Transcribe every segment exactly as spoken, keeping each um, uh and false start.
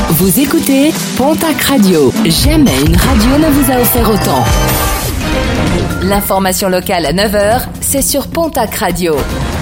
Vous écoutez Pontac Radio. Jamais une radio ne vous a offert autant. L'information locale à neuf heures, c'est sur Pontac Radio.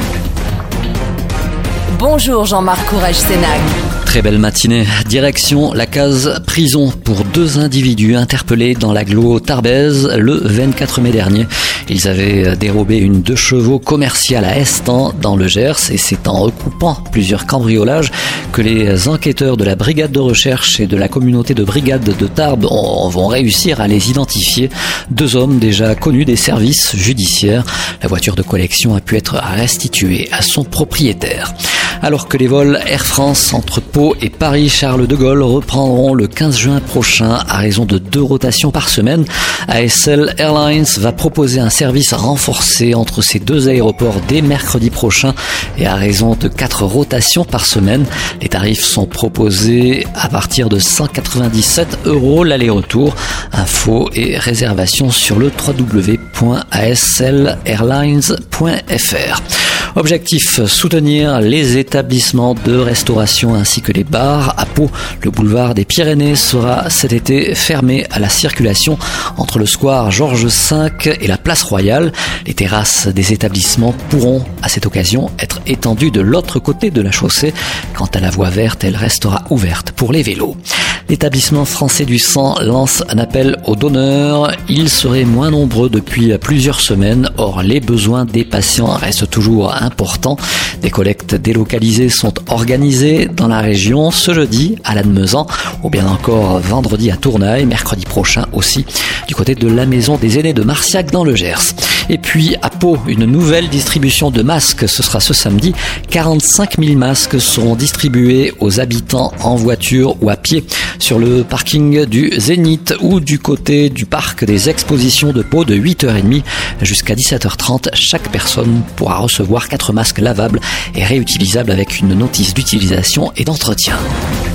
Bonjour Jean-Marc Courage-Sénac. Très belle matinée. Direction la case prison pour deux individus interpellés dans l'agglo Tarbèze le vingt-quatre mai dernier. Ils avaient dérobé une deux chevaux commerciale à Estan dans le Gers et c'est en recoupant plusieurs cambriolages que les enquêteurs de la brigade de recherche et de la communauté de brigade de Tarbes vont réussir à les identifier. Deux hommes déjà connus des services judiciaires. La voiture de collection a pu être restituée à son propriétaire. Alors que les vols Air France entre Pau et Paris-Charles de Gaulle reprendront le quinze juin prochain à raison de deux rotations par semaine, A S L Airlines va proposer un service renforcé entre ces deux aéroports dès mercredi prochain et à raison de quatre rotations par semaine. Les tarifs sont proposés à partir de cent quatre-vingt-dix-sept euros l'aller-retour. Infos et réservations sur le w w w point a s l airlines point f r. Objectif, soutenir les établissements de restauration ainsi que les bars. À Pau, le boulevard des Pyrénées sera cet été fermé à la circulation entre le square Georges cinq et la place Royale. Les terrasses des établissements pourront à cette occasion être étendues de l'autre côté de la chaussée. Quant à la voie verte, elle restera ouverte pour les vélos. L'établissement français du sang lance un appel aux donneurs. Ils seraient moins nombreux depuis plusieurs semaines. Or, les besoins des patients restent toujours importants. Des collectes délocalisées sont organisées dans la région ce jeudi à Lannemezan ou bien encore vendredi à Tournai, mercredi prochain aussi du côté de la maison des aînés de Marciac dans le Gers. Et puis à Pau, une nouvelle distribution de masques, ce sera ce samedi. quarante-cinq mille masques seront distribués aux habitants en voiture ou à pied sur le parking du Zénith ou du côté du parc des expositions de Pau de huit heures trente jusqu'à dix-sept heures trente. Chaque personne pourra recevoir quatre masques lavables et réutilisables avec une notice d'utilisation et d'entretien.